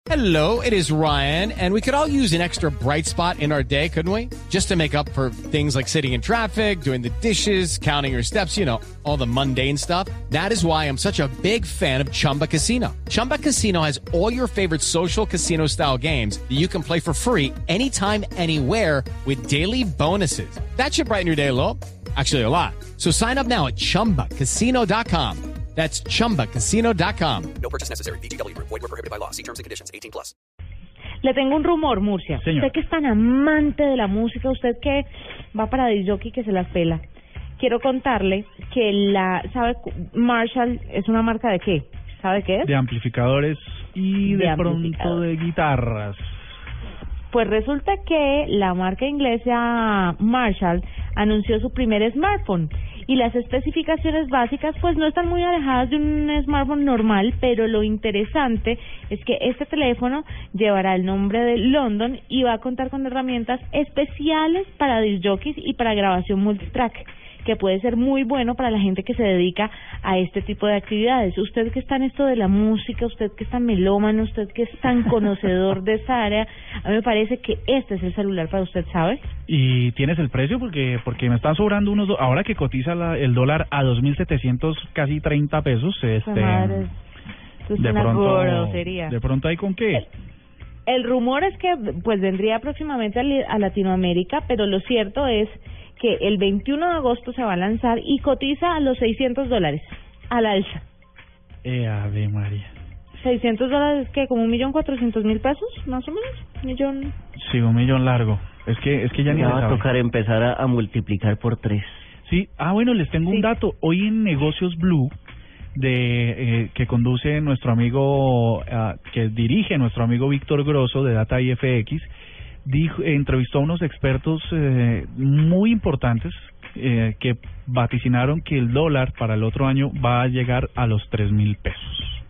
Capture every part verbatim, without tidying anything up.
Hello, it is Ryan, and we could all use an extra bright spot in our day, couldn't we? Just to make up for things like sitting in traffic, doing the dishes, counting your steps, you know, all the mundane stuff. That is why I'm such a big fan of Chumba Casino. Chumba Casino has all your favorite social casino-style games that you can play for free anytime, anywhere with daily bonuses. That should brighten your day a little. Actually, a lot. So sign up now at chumba casino dot com. That's chumba casino dot com. No purchase necessary. V G W Group. Void where prohibited by law. See terms and conditions. eighteen plus. Le tengo un rumor, Murcia. Señor. Usted que es tan amante de la música, usted que va para disc jockey que se las pela. Quiero contarle que la, ¿sabe? Marshall es una marca de qué? ¿Sabe qué es? De amplificadores y de, De pronto amplificadores. de guitarras. Pues resulta que la marca inglesa Marshall anunció su primer smartphone y las especificaciones básicas pues no están muy alejadas de un smartphone normal, pero lo interesante es que este teléfono llevará el nombre de London y va a contar con herramientas especiales para disc jockeys y para grabación multitrack, que puede ser muy bueno para la gente que se dedica a este tipo de actividades. Usted que está en esto de la música, usted que es tan melómano, usted que es tan conocedor de esa área, a mí me parece que este es el celular para usted, ¿sabe? ¿Y tienes el precio? Porque porque me están sobrando unos... do- Ahora que cotiza la, el dólar a dos mil setecientos, casi treinta pesos, este... Madre, esto es de una pronto... grosería. ¿De pronto hay con qué? El rumor es que pues vendría próximamente a, li- a Latinoamérica, pero lo cierto es que el veintiuno de agosto se va a lanzar y cotiza a los seiscientos dólares, al alza. Eh, Ave María. seiscientos dólares, ¿qué? ¿Como un millón cuatrocientos mil pesos, más o menos? Millón... Sí, un millón largo. Es que es que ya ni Ya se va a sabe. tocar empezar a, a multiplicar por tres. Sí, ah, bueno, les tengo Sí. un dato. Hoy en Negocios Blue, de eh, que conduce nuestro amigo, ah, que dirige nuestro amigo Víctor Grosso de Data I F X, dijo, entrevistó a unos expertos eh, muy importantes eh, que vaticinaron que el dólar para el otro año va a llegar a los tres mil pesos.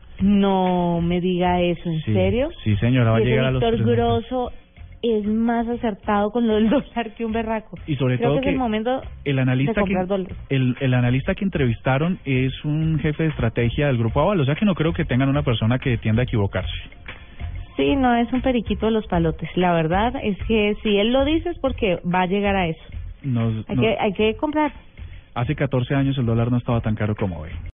No me diga eso, ¿en Sí, serio? sí, señora, va a Y ese llegar a los Víctor tres mil pesos. Grosso es más acertado con lo del dólar que un berraco. Y sobre Creo todo que es que el momento el de analista que comprar dólares. el, el analista que entrevistaron es un jefe de estrategia del grupo Aval, o sea que no creo que tengan una persona que tienda a equivocarse. Sí, no, es un periquito de los palotes. La verdad es que si él lo dice es porque va a llegar a eso. Nos, Hay nos- que, hay que comprar. hace catorce años el dólar no estaba tan caro como hoy.